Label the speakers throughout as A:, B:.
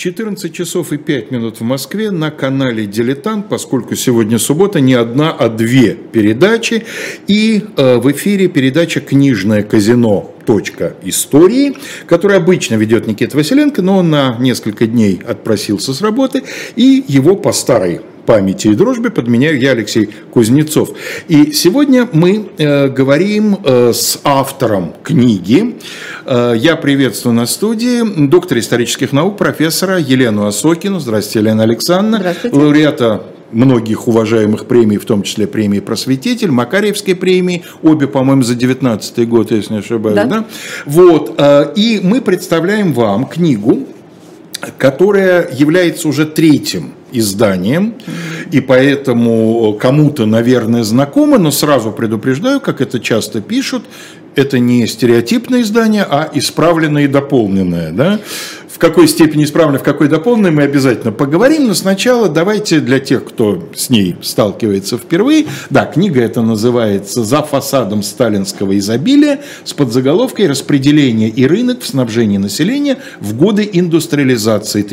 A: 14 часов и 5 минут в Москве на канале «Дилетант», поскольку сегодня суббота, не одна, а две передачи. И в эфире передача «Книжное казино. Истории», которую обычно ведет Никита Василенко, но он на несколько дней отпросился с работы, и его по старой памяти и дружбе подменяю я, Алексей Кузнецов. И сегодня мы говорим с автором книги. Я приветствую на студии доктора исторических наук, профессора Елену Осокину. Здравствуйте, Елена Александровна.
B: Здравствуйте.
A: Лауреата многих уважаемых премий, в том числе премии «Просветитель», Макарьевской премии, обе, по-моему, за 19-й год, если не ошибаюсь. Да? Вот. И мы представляем вам книгу, которая является уже третьим изданием, и поэтому кому-то, наверное, знакомо, но сразу предупреждаю, как это часто пишут, это не стереотипное издание, а исправленное и дополненное. Да? В какой степени исправленное, в какой дополненное, мы обязательно поговорим, но сначала давайте для тех, кто с ней сталкивается впервые. Да, книга эта называется «За фасадом сталинского изобилия» с подзаголовкой «Распределение и рынок в снабжении населения в годы индустриализации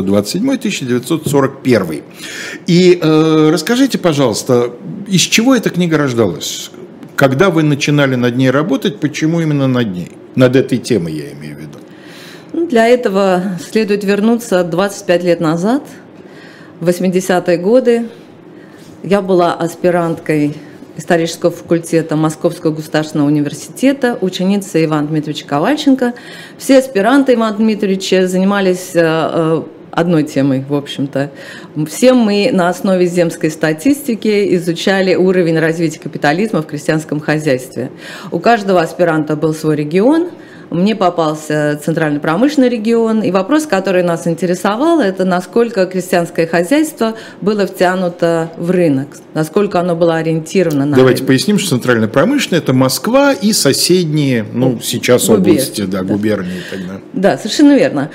A: 1927-1941». И расскажите, пожалуйста, из чего эта книга рождалась? Когда вы начинали над ней работать, почему именно над ней? Над этой темой, я имею в виду.
B: Для этого следует вернуться 25 лет назад, в 80-е годы. Я была аспиранткой исторического факультета Московского государственного университета, ученицей Ивана Дмитриевича Ковальченко. Все аспиранты Ивана Дмитриевича занимались одной темой, в общем-то. Все мы на основе земской статистики изучали уровень развития капитализма в крестьянском хозяйстве. У каждого аспиранта был свой регион. Мне попался центральный промышленный регион, и вопрос, который нас интересовал, это насколько крестьянское хозяйство было втянуто в рынок, насколько оно было ориентировано на
A: Давайте
B: рынок.
A: Поясним, что центральный промышленный – это Москва и соседние, сейчас области, губернии тогда.
B: Да, совершенно верно.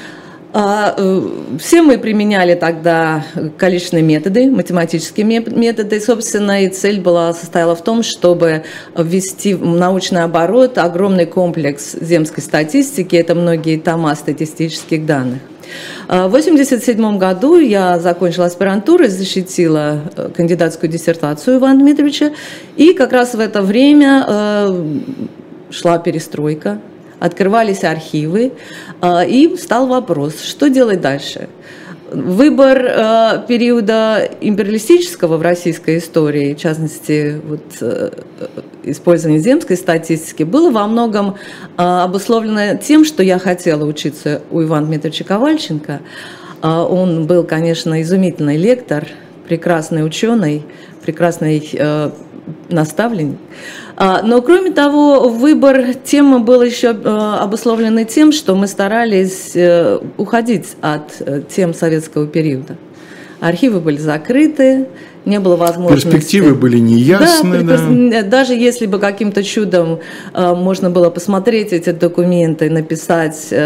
B: Все мы применяли тогда количественные методы, математические методы. Собственно, и цель состояла в том, чтобы ввести в научный оборот огромный комплекс земской статистики. Это многие тома статистических данных. В 1987 году я закончила аспирантуру, защитила кандидатскую диссертацию Ивана Дмитриевича. И как раз в это время шла перестройка. Открывались архивы, и встал вопрос, что делать дальше. Выбор периода империалистического в российской истории, в частности, использование земской статистики, было во многом обусловлено тем, что я хотела учиться у Ивана Дмитриевича Ковальченко. Он был, конечно, изумительный лектор, прекрасный ученый, прекрасный наставленник. Но, кроме того, выбор темы был еще обусловлен тем, что мы старались уходить от тем советского периода. Архивы были закрыты, не было возможности...
A: Перспективы были неясны.
B: Да. Даже если бы каким-то чудом можно было посмотреть эти документы, написать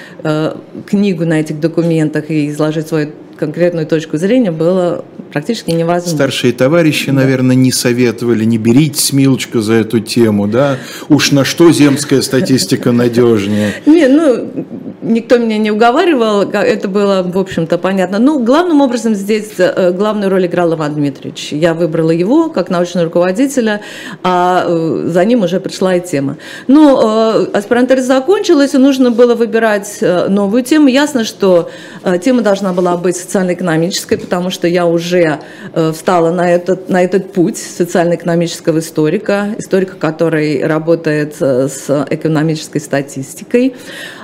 B: книгу на этих документах и изложить свою конкретную точку зрения, было практически невозможно.
A: Старшие товарищи, наверное, не советовали, не беритесь, милочка, за эту тему, да? Уж на что земская статистика надежнее?
B: Никто меня не уговаривал, это было, в общем-то, понятно. Главным образом здесь главную роль играл Иван Дмитриевич. Я выбрала его как научного руководителя, а за ним уже пришла и тема. Аспирантура закончилась, и нужно было выбирать новую тему. Ясно, что тема должна была быть социально-экономической, потому что я уже встала на этот путь социально-экономического историка, который работает с экономической статистикой.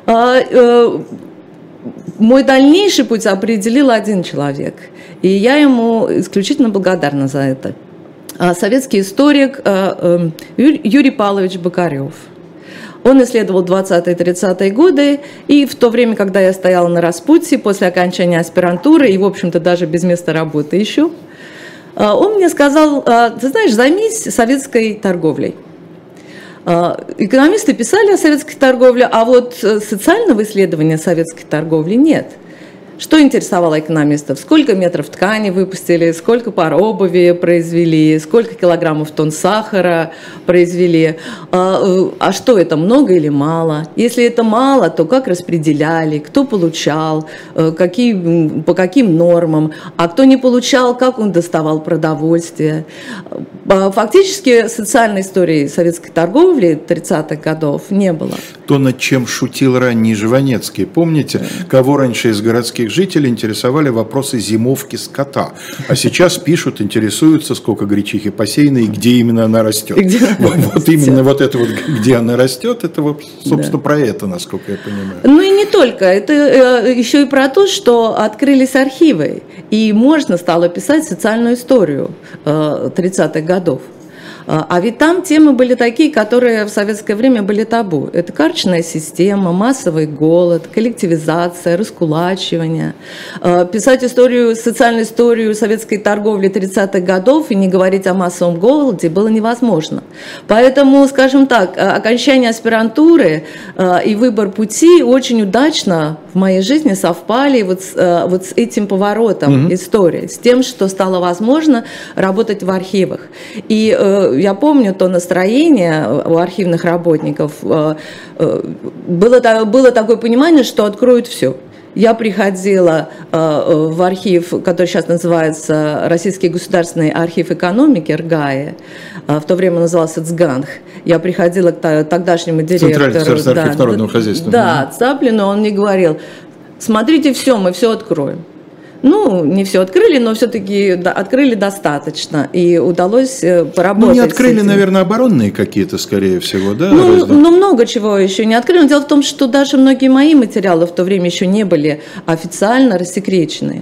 B: Мой дальнейший путь определил один человек, и я ему исключительно благодарна за это. Советский историк Юрий Павлович Бокарев. Он исследовал 20-30-е годы, и в то время, когда я стояла на распутье после окончания аспирантуры, и, в общем-то, даже без места работы еще, он мне сказал: ты знаешь, займись советской торговлей. Экономисты писали о советской торговле, а вот социального исследования советской торговли нет. Что интересовало экономистов? Сколько метров ткани выпустили, сколько пар обуви произвели, сколько килограммов тонн сахара произвели. А что это, много или мало? Если это мало, то как распределяли, кто получал, по каким нормам, а кто не получал, как он доставал продовольствие. Фактически социальной истории советской торговли 30-х годов не было.
A: То, над чем шутил ранний Жванецкий. Помните, кого раньше из городских жителей интересовали вопросы зимовки скота, а сейчас пишут, интересуются, сколько гречихи посеяно и где именно она растет. Вот именно вот это вот, где она растет, это вот, собственно, про это, насколько я понимаю.
B: Ну и не только, это еще и про то, что открылись архивы, и можно стало писать социальную историю 30-х годов. А ведь там темы были такие, которые в советское время были табу. Это карточная система, массовый голод, коллективизация, раскулачивание. Писать историю, социальную историю советской торговли 30-х годов и не говорить о массовом голоде было невозможно. Поэтому, скажем так, окончание аспирантуры и выбор пути очень удачно в моей жизни совпали вот с этим поворотом истории, с тем, что стало возможно работать в архивах. И я помню то настроение у архивных работников. Было такое понимание, что откроют все. Я приходила в архив, который сейчас называется Российский государственный архив экономики, РГАЭ, в то время назывался ЦГАНХ. Я приходила к тогдашнему директору.
A: Центральный архив народного хозяйства.
B: Да, Цаплину, он мне говорил: смотрите, все, мы все откроем. Ну, не все открыли, но все-таки открыли достаточно, и удалось поработать.
A: Ну, не открыли, наверное, оборонные какие-то, скорее всего, да?
B: Ну, много чего еще не открыли. Но дело в том, что даже многие мои материалы в то время еще не были официально рассекречены.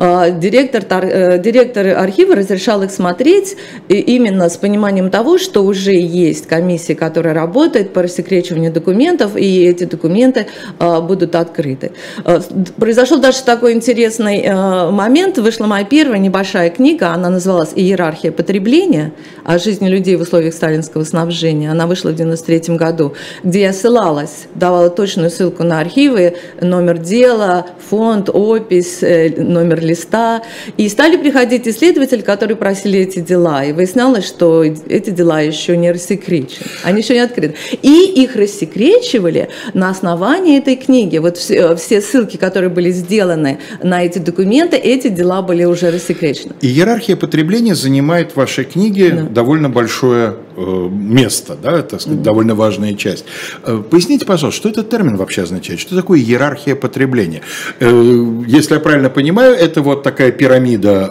B: Директор архива разрешал их смотреть именно с пониманием того, что уже есть комиссия, которая работает по рассекречиванию документов, и эти документы будут открыты. Произошел даже такой интересный момент. Вышла моя первая небольшая книга, она называлась «Иерархия потребления. О жизни людей в условиях сталинского снабжения». Она вышла в 1993 году, где я ссылалась, давала точную ссылку на архивы, номер дела, фонд, опись, номер листа. И стали приходить исследователи, которые просили эти дела. И выяснялось, что эти дела еще не рассекречены, они еще не открыты. И их рассекречивали на основании этой книги. Вот все ссылки, которые были сделаны на эти документы, эти дела были уже рассекречены.
A: Иерархия потребления занимает в вашей книге довольно большое место, да, так сказать, довольно важная часть. Поясните, пожалуйста, что этот термин вообще означает? Что такое иерархия потребления? Если я правильно понимаю, это вот такая пирамида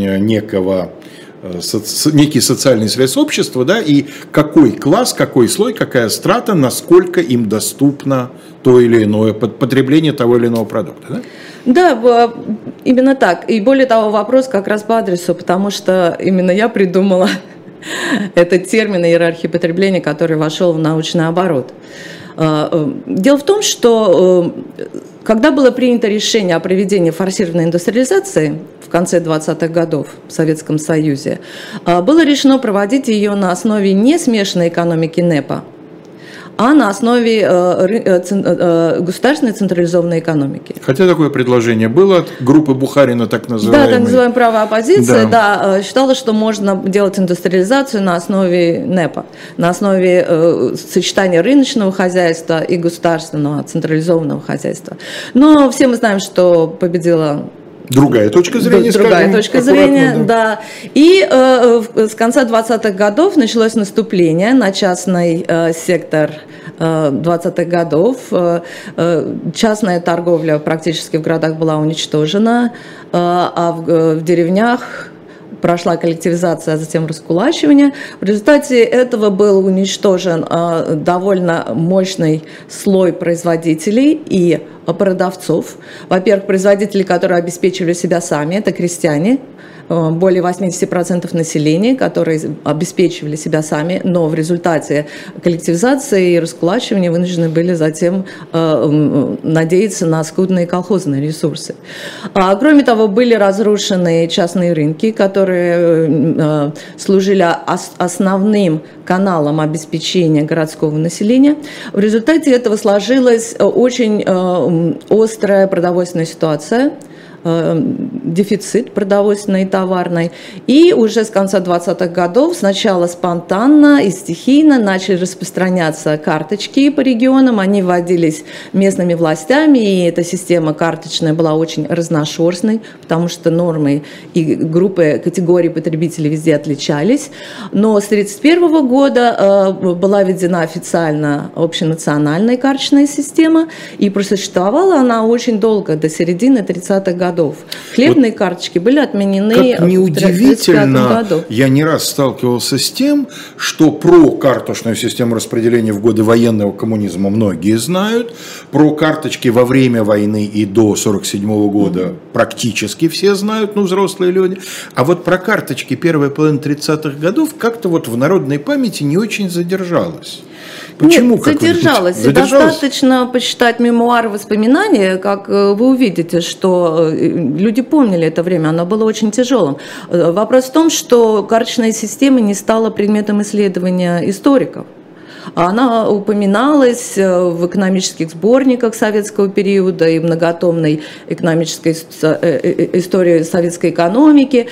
A: некий социальный срез общества, да, и какой класс, какой слой, какая страта, насколько им доступно то или иное потребление того или иного продукта, да?
B: Да, именно так. И более того, вопрос как раз по адресу, потому что именно я придумала этот термин иерархии потребления, который вошел в научный оборот. Дело в том, что когда было принято решение о проведении форсированной индустриализации в конце 20-х годов в Советском Союзе, было решено проводить ее на основе не смешанной экономики НЭПа, а на основе государственной централизованной экономики.
A: Хотя такое предложение было от группы Бухарина, так называемой.
B: Да, так называемая правая оппозиция, да, считала, что можно делать индустриализацию на основе НЭПа, на основе сочетания рыночного хозяйства и государственного централизованного хозяйства. Но все мы знаем, что победила
A: другая точка зрения,
B: другая точка зрения, да. И с конца 20-х годов началось наступление на частный сектор 20-х годов. Частная торговля практически в городах была уничтожена, а в деревнях прошла коллективизация, а затем раскулачивание. В результате этого был уничтожен довольно мощный слой производителей и продавцов. Во-первых, производители, которые обеспечивали себя сами, это крестьяне, более 80% населения, которые обеспечивали себя сами, но в результате коллективизации и раскулачивания вынуждены были затем надеяться на скудные колхозные ресурсы. Кроме того, были разрушены частные рынки, которые служили основным каналом обеспечения городского населения. В результате этого сложилась очень острая продовольственная ситуация. дефицит продовольственный и товарный. И уже с конца 20-х годов сначала спонтанно и стихийно начали распространяться карточки по регионам. Они вводились местными властями, и эта система карточная была очень разношерстной, потому что нормы и группы категорий потребителей везде отличались. Но с 1931 года была введена официально общенациональная карточная система, и просуществовала она очень долго, до середины 30-х годов. Хлебные карточки были отменены
A: как неудивительно,
B: в 1935 году.
A: Я не раз сталкивался с тем, что про карточную систему распределения в годы военного коммунизма многие знают, про карточки во время войны и до 1947 года практически все знают, ну, взрослые люди, а вот про карточки первой половины 30-х годов как-то вот в народной памяти не очень задержалось. Почему?
B: Нет, задержалась. Достаточно почитать мемуары, воспоминания, как вы увидите, что люди помнили это время, оно было очень тяжелым. Вопрос в том, что карточная система не стала предметом исследования историков. Она упоминалась в экономических сборниках советского периода и многотомной экономической истории советской экономики,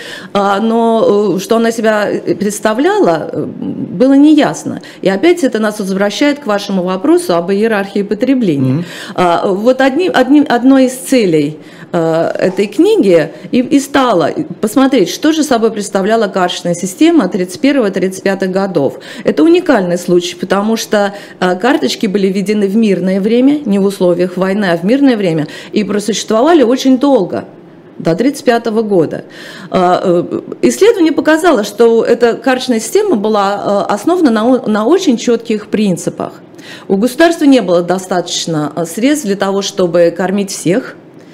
B: но что она себя представляла, было неясно. И опять это нас возвращает к вашему вопросу об иерархии потребления. Вот одной из целей этой книги и стало посмотреть, что же собой представляла карточная система 1931-1935 годов. Это уникальный случай, потому что карточки были введены в мирное время, не в условиях войны, а в мирное время, и просуществовали очень долго. До 1935 года. Исследование показало, что эта карточная система была основана на очень четких принципах. У государства не было достаточно средств для того, чтобы кормить всех.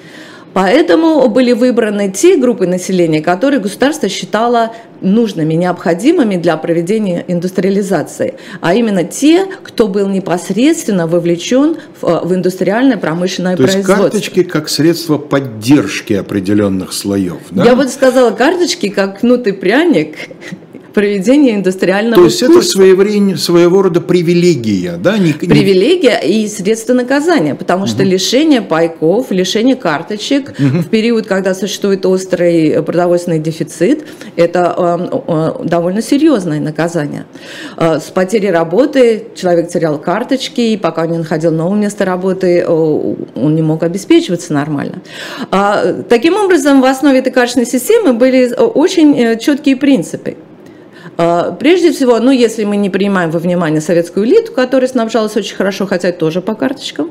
B: Поэтому были выбраны те группы населения, которые государство считало нужными, необходимыми для проведения индустриализации, а именно те, кто был непосредственно вовлечен в индустриальное промышленное производство.
A: То есть карточки как средство поддержки определенных слоев, да?
B: Я бы сказала, карточки как кнут и пряник проведения индустриального курса.
A: То есть это своего рода привилегия, да?
B: Привилегия и средство наказания, потому что лишение пайков, лишение карточек в период, когда существует острый продовольственный дефицит, это довольно серьезное наказание. С потерей работы человек терял карточки, и пока он не находил новое место работы, он не мог обеспечиваться нормально. Таким образом, в основе этой карточной системы были очень четкие принципы. Прежде всего, если мы не принимаем во внимание советскую элиту, которая снабжалась очень хорошо, хотя тоже по карточкам,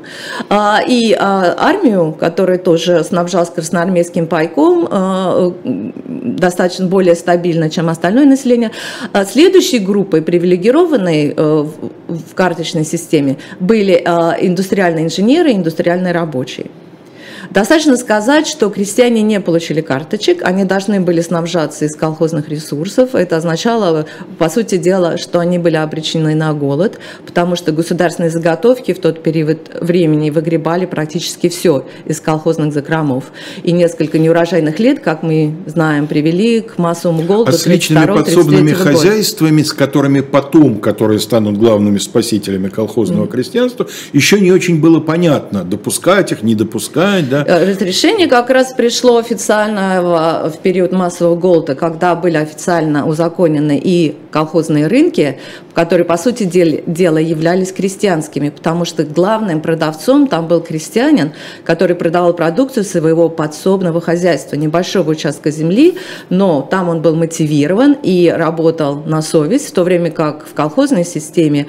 B: и армию, которая тоже снабжалась красноармейским пайком, достаточно более стабильно, чем остальное население. Следующей группой, привилегированной в карточной системе, были индустриальные инженеры, индустриальные рабочие. Достаточно сказать, что крестьяне не получили карточек, они должны были снабжаться из колхозных ресурсов. Это означало, по сути дела, что они были обречены на голод, потому что государственные заготовки в тот период времени выгребали практически все из колхозных закромов. И несколько неурожайных лет, как мы знаем, привели к массовому голоду.
A: А с личными подсобными хозяйствами, с которыми потом, которые станут главными спасителями колхозного крестьянства, еще не очень было понятно, допускать их, не допускать, да?
B: Разрешение как раз пришло официально в период массового голода, когда были официально узаконены и колхозные рынки, которые, по сути дела, являлись крестьянскими, потому что главным продавцом там был крестьянин, который продавал продукцию своего подсобного хозяйства, небольшого участка земли, но там он был мотивирован и работал на совесть, в то время как в колхозной системе,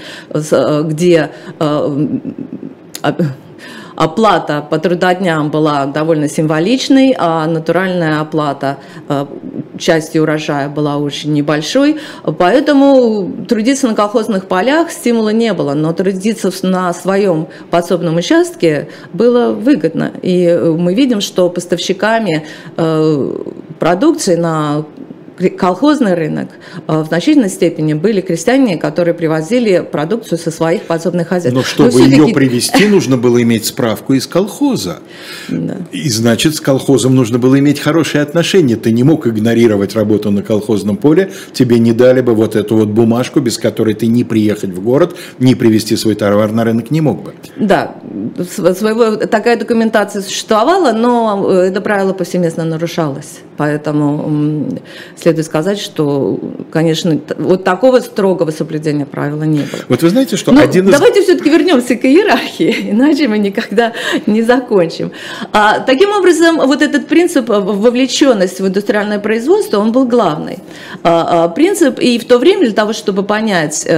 B: где оплата по трудодням была довольно символичной, а натуральная оплата части урожая была очень небольшой, поэтому трудиться на колхозных полях стимула не было, но трудиться на своем подсобном участке было выгодно. И мы видим, что поставщиками продукции на колхозный рынок в значительной степени были крестьяне, которые привозили продукцию со своих подсобных хозяйств.
A: Но чтобы ее привезти, нужно было иметь справку из колхоза. Да. И значит, с колхозом нужно было иметь хорошие отношения. Ты не мог игнорировать работу на колхозном поле, тебе не дали бы вот эту вот бумажку, без которой ты ни приехать в город, ни привезти свой товар на рынок не мог бы.
B: Да, такая документация существовала, но это правило повсеместно нарушалось. Поэтому следует сказать, что, конечно, вот такого строгого соблюдения правила не было.
A: Вот вы знаете, что
B: Давайте все-таки вернемся к иерархии, иначе мы никогда не закончим. Таким образом, вот этот принцип вовлеченности в индустриальное производство, он был главный. Принцип, и в то время для того, чтобы понять,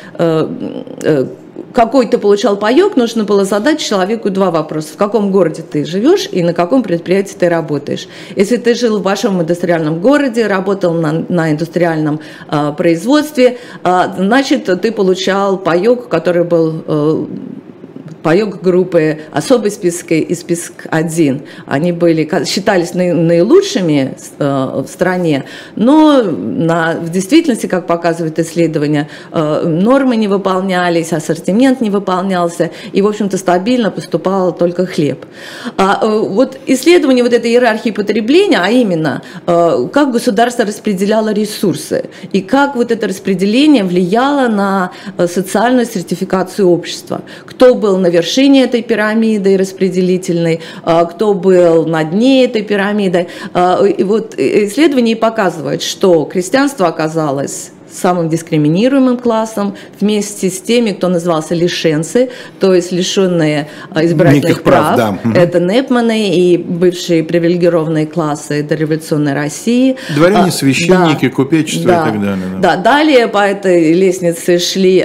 B: какой ты получал паёк, нужно было задать человеку два вопроса. В каком городе ты живешь и на каком предприятии ты работаешь. Если ты жил в большом индустриальном городе, работал на индустриальном производстве, значит, ты получал паёк, который был паёк группы особый список и список 1. Они считались наилучшими в стране, но в действительности, как показывают исследования, нормы не выполнялись, ассортимент не выполнялся, и, в общем-то, стабильно поступал только хлеб. Вот исследование вот этой иерархии потребления, а именно, как государство распределяло ресурсы, и как вот это распределение влияло на социальную стратификацию общества. Кто был на вершине этой пирамиды распределительной, кто был на дне этой пирамиды. И вот исследования показывают, что крестьянство оказалось самым дискриминируемым классом вместе с теми, кто назывался лишенцы, то есть лишенные избирательных прав. Да. Это непманы и бывшие привилегированные классы дореволюционной России.
A: Дворяне, священники, купечество и так далее.
B: Да, далее по этой лестнице шли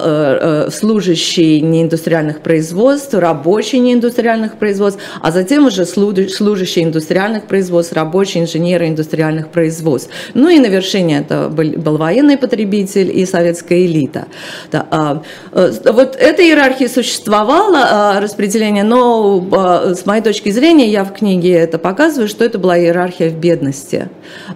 B: служащие неиндустриальных производств, рабочие неиндустриальных производств, а затем уже служащие индустриальных производств, рабочие инженеры индустриальных производств. Ну и на вершине это был военный потребитель и советская элита. Да, вот эта иерархия существовала, распределение, но с моей точки зрения, я в книге это показываю, что это была иерархия в бедности.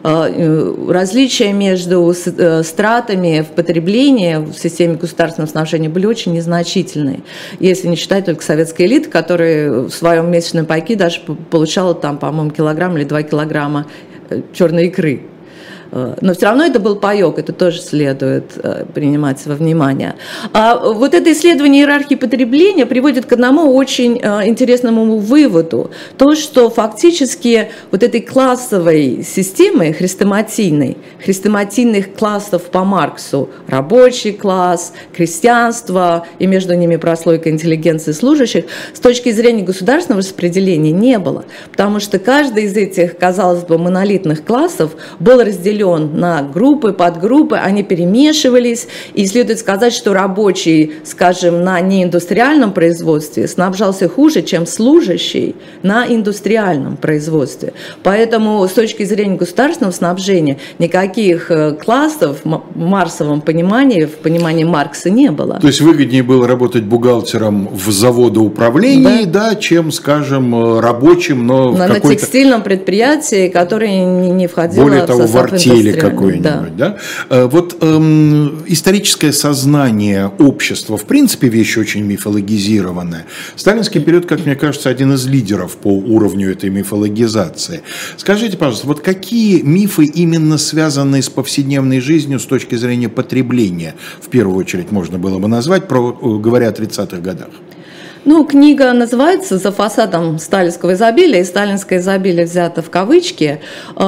B: Различия между стратами в потреблении в системе государственного снабжения были очень незначительные, если не считать только советской элиты, которая в своем месячном пайке даже получала там, по-моему, килограмм или 2 килограмма черной икры. Но все равно это был паёк, это тоже следует принимать во внимание. А вот это исследование иерархии потребления приводит к одному очень интересному выводу. То, что фактически вот этой классовой системы хрестоматийных классов по Марксу, рабочий класс, крестьянство и между ними прослойка интеллигенции служащих, с точки зрения государственного распределения не было. Потому что каждый из этих, казалось бы, монолитных классов был разделен на группы, подгруппы, они перемешивались, и следует сказать, что рабочий, скажем, на неиндустриальном производстве снабжался хуже, чем служащий на индустриальном производстве. Поэтому с точки зрения государственного снабжения никаких классов в марксовом понимании, в понимании Маркса не было.
A: То есть выгоднее было работать бухгалтером в заводоуправлении, да, чем, скажем, рабочим, но
B: на текстильном предприятии, которое не входило
A: более того,
B: в состав
A: или какой-нибудь, да. Вот историческое сознание общества, в принципе, вещь очень мифологизированная. Сталинский период, как мне кажется, один из лидеров по уровню этой мифологизации. Скажите, пожалуйста, вот какие мифы именно связаны с повседневной жизнью с точки зрения потребления, в первую очередь, можно было бы назвать, говоря о 30-х годах?
B: Ну, книга называется «За фасадом сталинского изобилия», и сталинское изобилие взято в кавычки.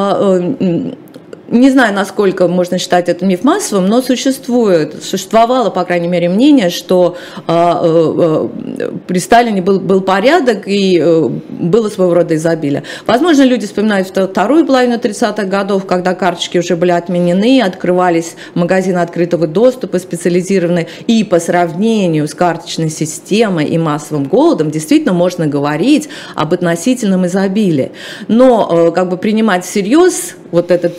B: Не знаю, насколько можно считать это миф массовым, но существовало, по крайней мере, мнение, что при Сталине был порядок и было своего рода изобилие. Возможно, люди вспоминают вторую половину 30-х годов, когда карточки уже были отменены, открывались магазины открытого доступа специализированные, и по сравнению с карточной системой и массовым голодом действительно можно говорить об относительном изобилии. Но как бы принимать всерьез вот этот тезис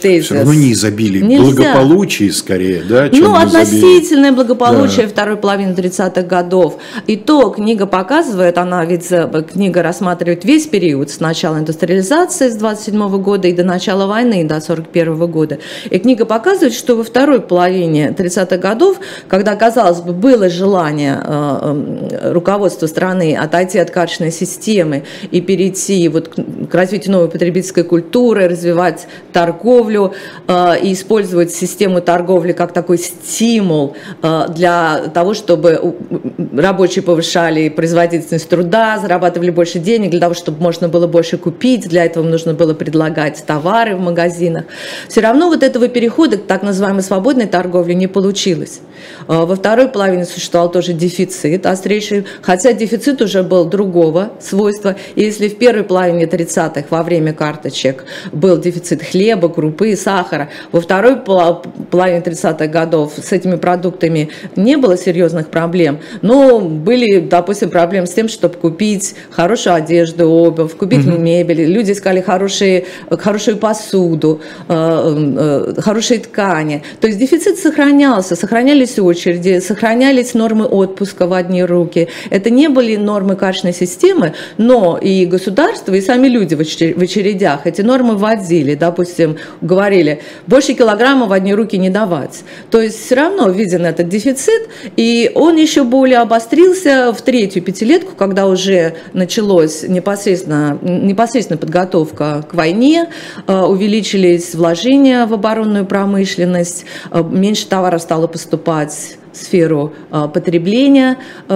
A: равно не изобилие, благополучие скорее, да?
B: Ну, относительное благополучие второй половины 30-х годов. И то книга показывает, книга рассматривает весь период с начала индустриализации с 27 года и до начала войны, до 41 года. И книга показывает, что во второй половине 30-х годов, когда, казалось бы, было желание руководства страны отойти от карточной системы и перейти к развитию новой потребительской культуры, развивать торговлю и использовать систему торговли как такой стимул для того, чтобы рабочие повышали производительность труда, зарабатывали больше денег, для того, чтобы можно было больше купить, для этого нужно было предлагать товары в магазинах. Все равно этого перехода к так называемой свободной торговле не получилось. Во второй половине существовал тоже дефицит острейший, хотя дефицит уже был другого свойства. И если в первой половине 30-х во время карточек был дефицит хлеба, крупы, сахара, во второй половине 30-х годов с этими продуктами не было серьезных проблем, но были, допустим, проблемы с тем, чтобы купить хорошую одежду, обувь, купить мебель. Люди искали хорошую посуду, хорошие ткани. То есть дефицит сохранялся, сохранялись очереди, сохранялись нормы отпуска в одни руки. Это не были нормы карточной системы, но и государство, и сами люди в очередях эти нормы вводили. Допустим, говорили, больше килограмма в одни руки не давать. То есть все равно виден этот дефицит, и он еще более обострился в третью пятилетку, когда уже началась непосредственно подготовка к войне, увеличились вложения в оборонную промышленность, меньше товаров стало поступать в сферу потребления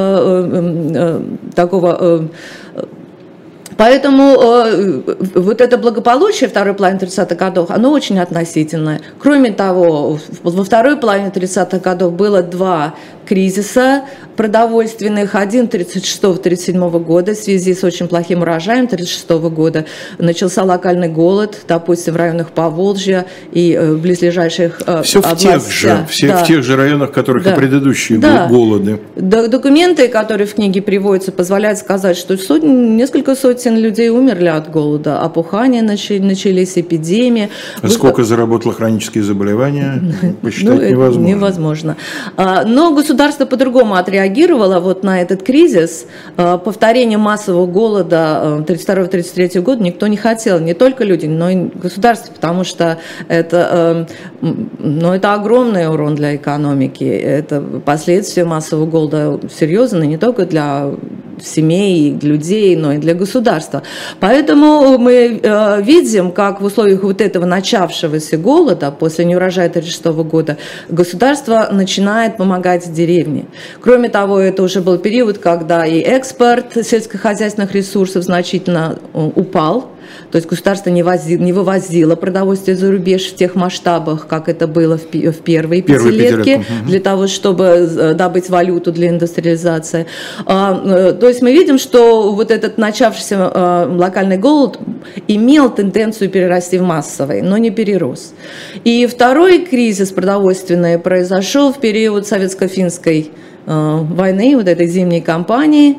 B: такого. Поэтому это благополучие второй половины 30-х годов, оно очень относительное. Кроме того, во второй половине 30-х годов было два кризиса продовольственных. Один 1936-1937 года в связи с очень плохим урожаем 1936 года начался локальный голод, допустим, в районах Поволжья и близлежащих областях.
A: В тех же районах, которых и предыдущие голоды.
B: Документы, которые в книге приводятся, позволяют сказать, что несколько сотен людей умерли от голода, опухания начались, эпидемии.
A: Сколько заработало хронические заболевания, посчитать невозможно.
B: Невозможно. Но государство по-другому отреагировало на этот кризис. Повторение массового голода 1932-1933 года никто не хотел, не только люди, но и государство, потому что это огромный урон для экономики. Это последствия массового голода серьезные не только для семей, людей, но и для государства. Поэтому мы видим, как в условиях этого начавшегося голода после неурожая 1936 года государство начинает помогать деревне. Кроме того, это уже был период, когда и экспорт сельскохозяйственных ресурсов значительно упал. То есть государство не вывозило продовольствие за рубеж в тех масштабах, как это было в первые пятилетки, для того, чтобы добыть валюту для индустриализации. То есть мы видим, что этот начавшийся локальный голод имел тенденцию перерасти в массовый, но не перерос. И второй кризис продовольственный произошел в период советско-финской войны, этой зимней кампании,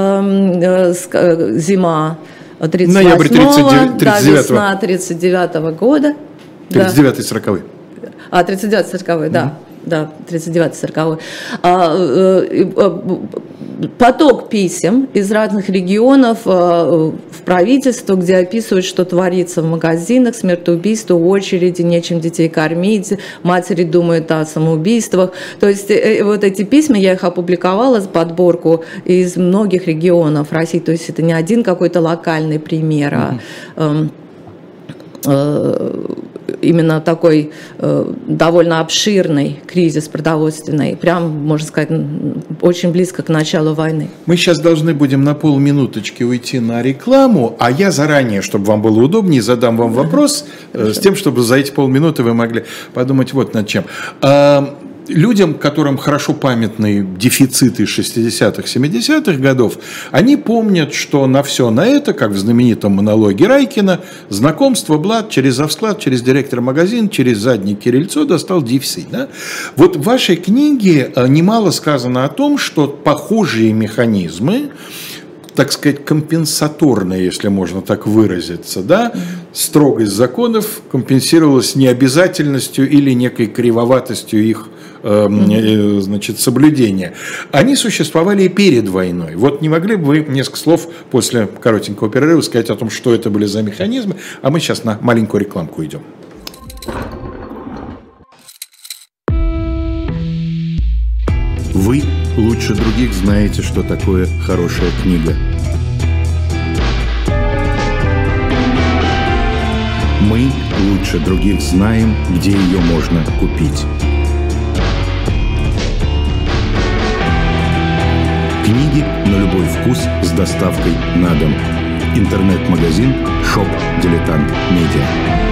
B: зима 38-го, весна 39-го года.
A: 39-40-й.
B: 39-40-й, да, 39-40-й. Поток писем из разных регионов в правительство, где описывают, что творится в магазинах, смертоубийства, очереди, нечем детей кормить, матери думают о самоубийствах. То есть эти письма, я их опубликовала, подборку из многих регионов России. То есть это не один какой-то локальный пример, именно такой довольно обширный кризис продовольственный, прям, можно сказать, очень близко к началу войны.
A: Мы сейчас должны будем на полминуточки уйти на рекламу, а я заранее, чтобы вам было удобнее, задам вам вопрос с тем, чтобы за эти полминуты вы могли подумать над чем. Людям, которым хорошо памятны дефициты 60-х, 70-х годов, они помнят, что на все на это, как в знаменитом монологе Райкина, знакомство блат через завсклад, через директора магазина, через заднее крыльцо достал дефицит. Да? В вашей книге немало сказано о том, что похожие механизмы, так сказать, компенсаторные, если можно так выразиться, да, строгость законов компенсировалась необязательностью или некой кривоватостью их значит, соблюдения. Они существовали и перед войной. Вот не могли бы вы несколько слов после коротенького перерыва сказать о том, что это были за механизмы, а мы сейчас на маленькую рекламку идем. Вы лучше других знаете, что такое хорошая книга. Мы лучше других знаем, где ее можно купить. Книги на любой вкус с доставкой на дом. Интернет-магазин Shop Dilettant Media.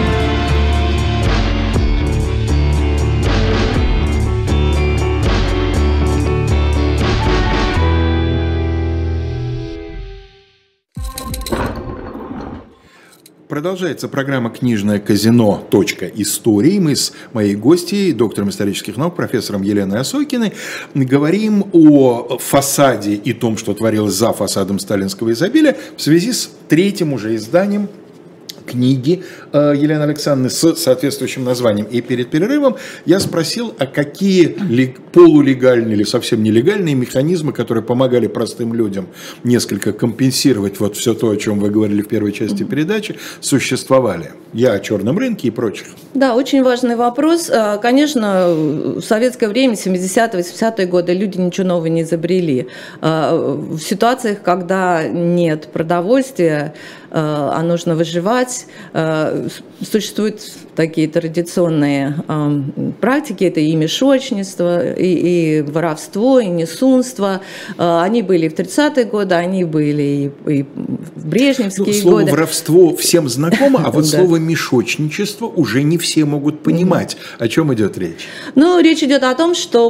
A: Продолжается программа «Книжное казино. Истории». Мы с моей гостьей, доктором исторических наук, профессором Еленой Осокиной, говорим о фасаде и том, что творилось за фасадом сталинского изобилия в связи с третьим уже изданием книги Елены Александровны с соответствующим названием. И перед перерывом я спросил, а какие полулегальные или совсем нелегальные механизмы, которые помогали простым людям несколько компенсировать вот все то, о чем вы говорили в первой части передачи, существовали. Я о черном рынке и прочих.
B: Да, очень важный вопрос. Конечно, в советское время, 70-е, 80-е годы, люди ничего нового не изобрели. В ситуациях, когда нет продовольствия, а нужно выживать, существуют такие традиционные практики, это и мешочничество, и воровство, и несунство. Они были и в 30-е годы, они были и в брежневские годы.
A: Слово воровство всем знакомо, а вот слово мешочничество уже не все могут понимать. О чем идет речь?
B: Ну, речь идет о том, что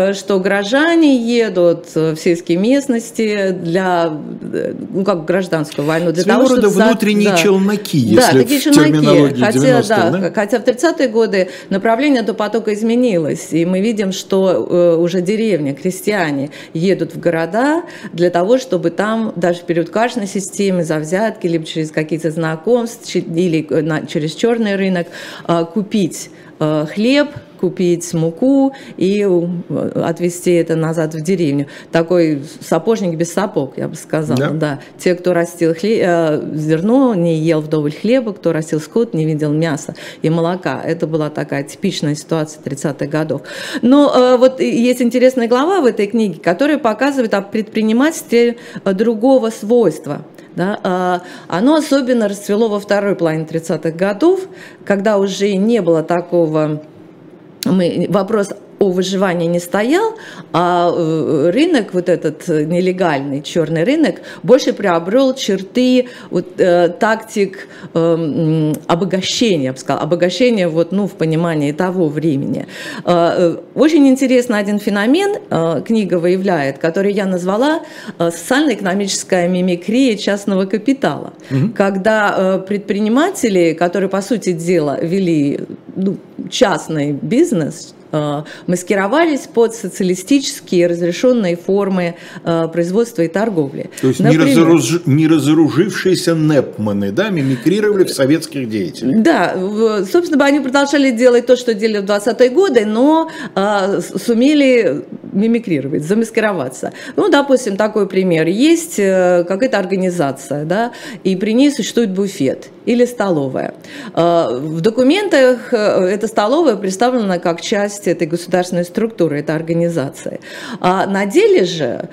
B: горожане едут в сельские местности для, как гражданскую войну, для того, чтобы
A: внутренние челноки, если в терминологии 90-х,
B: хотя в 30-е годы направление этого потока изменилось, и мы видим, что уже деревни, крестьяне едут в города для того, чтобы там даже в период качественной системы за взятки, либо через какие-то знакомства, или через черный рынок купить хлеб, купить муку и отвезти это назад в деревню. Такой сапожник без сапог, я бы сказала. Да. Те, кто растил зерно, не ел вдоволь хлеба, кто растил скот, не видел мяса и молока. Это была такая типичная ситуация 30-х годов. Но вот есть интересная глава в этой книге, которая показывает о предпринимательстве другого свойства. Да, оно особенно расцвело во второй половине 30-х годов, когда уже не было такого... Вопрос о выживании не стоял, а рынок, вот этот нелегальный черный рынок, больше приобрел черты тактик обогащения, я бы сказала, обогащения в понимании того времени. Очень интересный один феномен книга выявляет, который я назвала социально-экономическая мимикрия частного капитала, когда предприниматели, которые, по сути дела, вели частный бизнес, маскировались под социалистические разрешенные формы производства и торговли.
A: То есть не разоружившиеся непманы, да, мимикрировали в советских деятелей.
B: Да, собственно, они продолжали делать то, что делали в 20-е годы, но сумели мимикрировать, замаскироваться. Ну, допустим, такой пример. Есть какая-то организация, да, и при ней существует буфет или столовая. В документах эта столовая представлена как часть этой государственной структуры, этой организации. А на деле же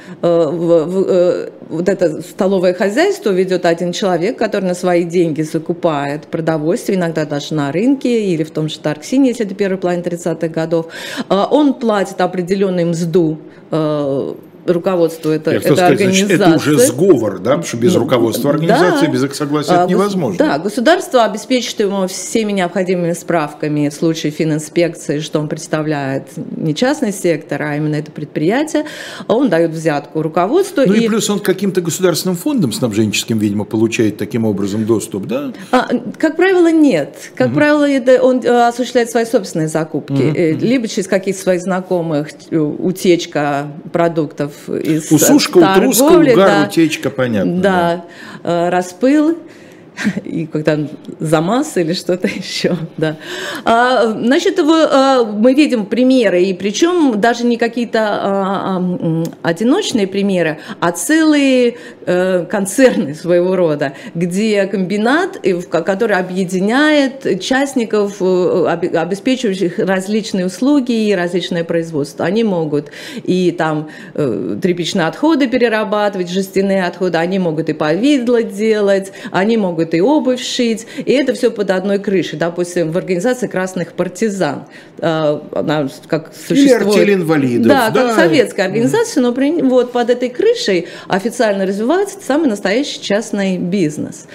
B: вот это столовое хозяйство ведет один человек, который на свои деньги закупает продовольствие, иногда даже на рынке или в том же Тарксине, если это первая половина 30-х годов. Он платит определенную мзду руководству этой организации.
A: Это уже сговор, да, потому что без руководства организации, без их согласия это невозможно.
B: Да, государство обеспечит ему всеми необходимыми справками в случае фининспекции, что он представляет не частный сектор, а именно это предприятие. Он дает взятку руководству.
A: Ну и плюс он к каким-то государственным фондам снабженческим, видимо, получает таким образом доступ, да?
B: Как правило, нет. Как правило, он осуществляет свои собственные закупки. Либо через каких-то своих знакомых утечка продуктов из
A: усушка,
B: торговли,
A: утруска, угар, утечка, понятно.
B: Да, распыл. и когда ЗАМАЗ или что-то еще, да. Значит, мы видим примеры, и причем даже не какие-то одиночные примеры, а целые концерны своего рода, где комбинат, который объединяет участников, обеспечивающих различные услуги и различное производство. Они могут и там тряпичные отходы перерабатывать, жестяные отходы, они могут и повидло делать, они могут и обувь шить, и это все под одной крышей. Допустим, в организации красных партизан, она как существует.
A: Или артель инвалидов.
B: Да, как советская организация, но вот под этой крышей официально развивается самый настоящий частный бизнес.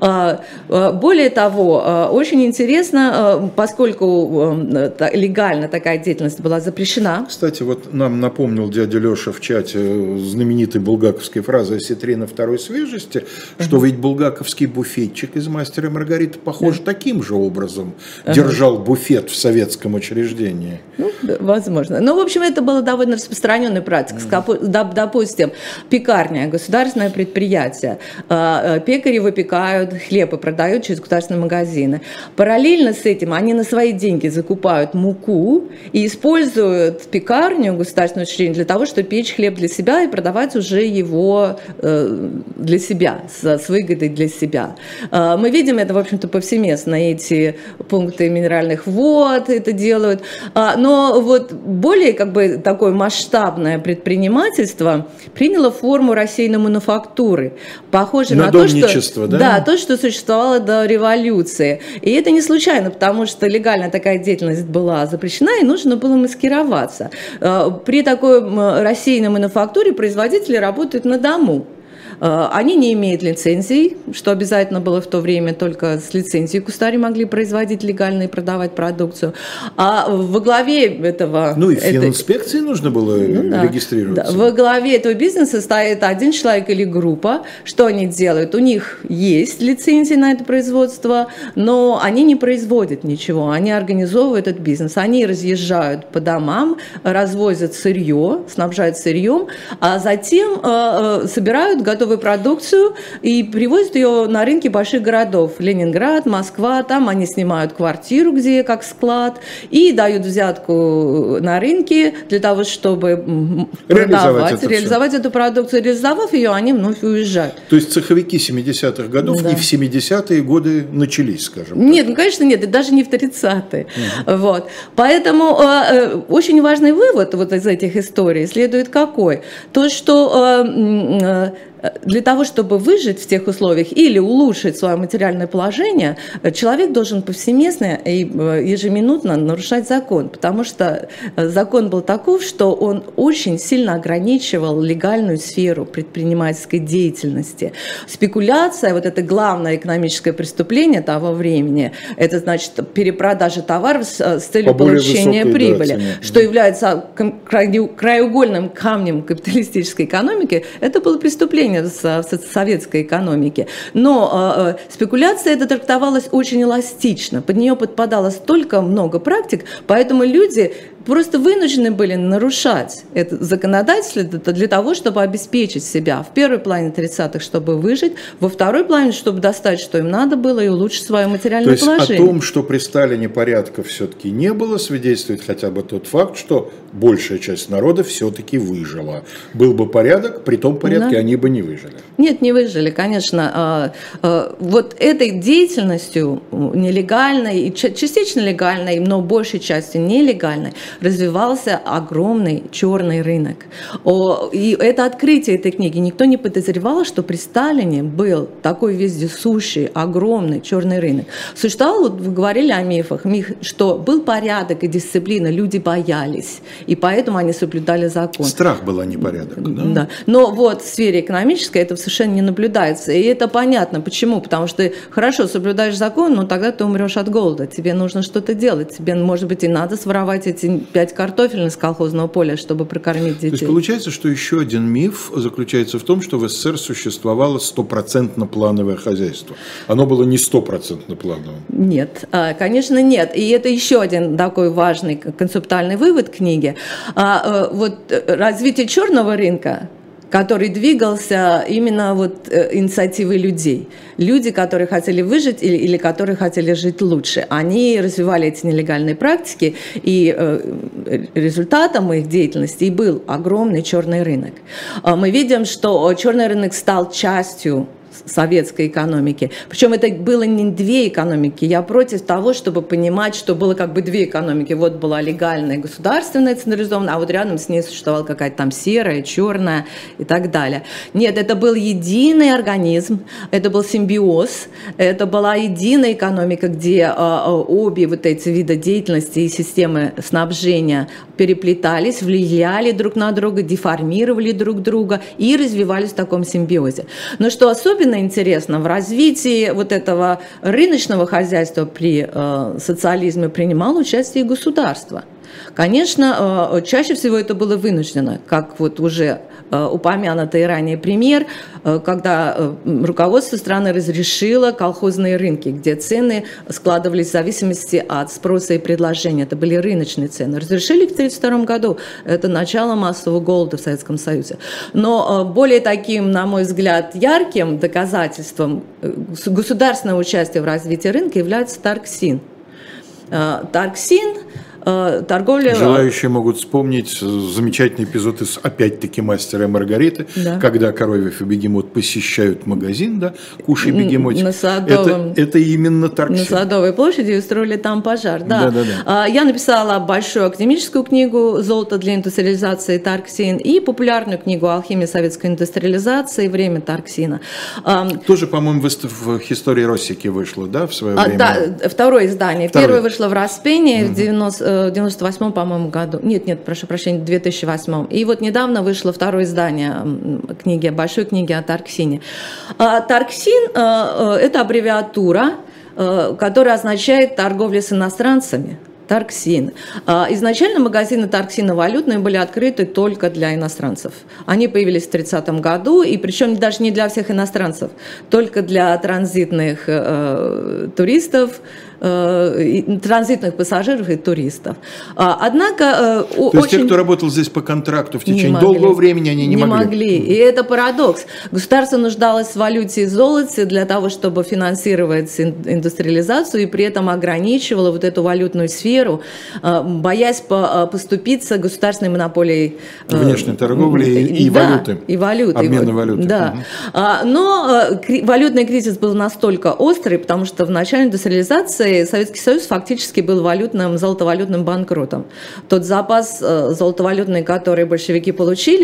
B: Более того, очень интересно, поскольку легально такая деятельность была запрещена.
A: Кстати, вот нам напомнил дядя Леша в чате знаменитой булгаковской фразы «Осетрина второй свежести», что ведь булгаковский буфетчик из «Мастера и Маргариты», похоже, таким же образом держал буфет в советском учреждении.
B: Ну, возможно. Ну, в общем, это была довольно распространенная практика. Допустим, пекарня, государственное предприятие. Пекари выпекают хлеб и продают через государственные магазины. Параллельно с этим они на свои деньги закупают муку и используют пекарню, государственное учреждение, для того, чтобы печь хлеб для себя и продавать уже его для себя, с выгодой для себя. Мы видим это, в общем-то, повсеместно. Эти пункты минеральных вод это делают. Но вот более такое масштабное предпринимательство приняло форму рассеянной мануфактуры, похоже на то, что, да, то, что существовало до революции. И это не случайно, потому что легально такая деятельность была запрещена, и нужно было маскироваться. При такой рассеянной мануфактуре производители работают на дому. Они не имеют лицензий, что обязательно было в то время, только с лицензией кустари могли производить легально и продавать продукцию. А во главе этого...
A: Ну и в фининспекции нужно было регистрироваться.
B: Да. Во главе этого бизнеса стоит один человек или группа. Что они делают? У них есть лицензии на это производство, но они не производят ничего. Они организовывают этот бизнес. Они разъезжают по домам, развозят сырье, снабжают сырьем, а затем собирают готовую продукцию и привозят ее на рынки больших городов. Ленинград, Москва, там они снимают квартиру, где как склад, и дают взятку на рынке для того, чтобы реализовать эту продукцию. Реализовав ее, они вновь уезжают.
A: То есть цеховики 70-х годов и в 70-е годы начались, скажем так?
B: Нет, ну, конечно, нет, и даже не в 30-е. Вот. Поэтому очень важный вывод вот из этих историй следует какой? То, что для того, чтобы выжить в тех условиях или улучшить свое материальное положение, человек должен повсеместно и ежеминутно нарушать закон, потому что закон был таков, что он очень сильно ограничивал легальную сферу предпринимательской деятельности. Спекуляция, вот это главное экономическое преступление того времени, это значит перепродажа товаров с целью получения прибыли, что является краеугольным камнем капиталистической экономики, это было преступление в советской экономике. Но спекуляция это трактовалась очень эластично. Под нее подпадало столько много практик, поэтому люди просто вынуждены были нарушать это законодательство для того, чтобы обеспечить себя. В первой плане 30-х, чтобы выжить, во второй плане, чтобы достать, что им надо было, и улучшить свое материальное положение.
A: То есть о том, что при Сталине порядка все-таки не было, свидетельствует хотя бы тот факт, что большая часть народа все-таки выжила. Был бы порядок, при том порядке они бы не выжили.
B: Нет, не выжили, конечно. Вот этой деятельностью нелегальной, и частично легальной, но большей частью нелегальной, развивался огромный черный рынок. И это открытие этой книги. Никто не подозревал, что при Сталине был такой вездесущий, огромный черный рынок. Существовал, вот вы говорили о мифах, что был порядок и дисциплина, люди боялись, и поэтому они соблюдали закон.
A: Страх был, а не порядок.
B: Да. Но вот в сфере экономической это совершенно не наблюдается. И это понятно. Почему? Потому что ты хорошо соблюдаешь закон, но тогда ты умрешь от голода. Тебе нужно что-то делать. Тебе, может быть, и надо своровать эти 5 картофелин с колхозного поля, чтобы прокормить детей.
A: То есть получается, что еще один миф заключается в том, что в СССР существовало 100% плановое хозяйство. Оно было не 100% плановым.
B: Нет, конечно, нет. И это еще один такой важный концептуальный вывод книги. Вот развитие черного рынка который двигался именно вот инициативой людей. Люди, которые хотели выжить или которые хотели жить лучше, они развивали эти нелегальные практики, и результатом их деятельности и был огромный черный рынок. Мы видим, что черный рынок стал частью советской экономики. Причем это было не две экономики. Я против того, чтобы понимать, что было как бы две экономики. Вот была легальная, государственная, централизованная, а вот рядом с ней существовала какая-то там серая, черная и так далее. Нет, это был единый организм, это был симбиоз, это была единая экономика, где обе вот эти виды деятельности и системы снабжения переплетались, влияли друг на друга, деформировали друг друга и развивались в таком симбиозе. Но что особенно интересно, в развитии вот этого рыночного хозяйства при социализме принимало участие и государство. Конечно, чаще всего это было вынуждено, как вот уже упомянутый ранее пример, когда руководство страны разрешило колхозные рынки, где цены складывались в зависимости от спроса и предложения. Это были рыночные цены. Разрешили в 1932 году. Это начало массового голода в Советском Союзе. Но более таким, на мой взгляд, ярким доказательством государственного участия в развитии рынка является Тарксин. Тарксин торговля...
A: Желающие могут вспомнить замечательный эпизод из, опять-таки, «Мастера и Маргариты», да. Когда Коровьев и Бегемот посещают магазин, да, «Кушай, бегемотик». Это именно Тарксин.
B: На Садовой площади устроили там пожар, да. Да. Я написала большую академическую книгу «Золото для индустриализации. Тарксин» и популярную книгу «Алхимия советской индустриализации. Время Тарксина».
A: Тоже, по-моему, в «Истории Россики» вышло, да, в свое время?
B: Да, второе издание. Первое вышло в Распене в 98-м, по-моему, году. Нет, прошу прощения, в 2008-м. И вот недавно вышло второе издание книги, большой книги о Тарксине. Тарксин – это аббревиатура, которая означает «торговля с иностранцами». Тарксин. Изначально магазины Тарксина валютные были открыты только для иностранцев. Они появились в 1930 году, и причем даже не для всех иностранцев, только для транзитных туристов, транзитных пассажиров и туристов. Однако
A: то есть те, кто работал здесь по контракту в течение долгого времени, они не могли.
B: И это парадокс. Государство нуждалось в валюте и золоте для того, чтобы финансировать индустриализацию, и при этом ограничивало вот эту валютную сферу, боясь поступиться государственной монополией
A: внешней торговли и валюты.
B: И валюты.
A: Обмена валюты.
B: Да. Но валютный кризис был настолько острый, потому что в начале индустриализации Советский Союз фактически был золотовалютным банкротом. Тот запас золотовалютный, который большевики получили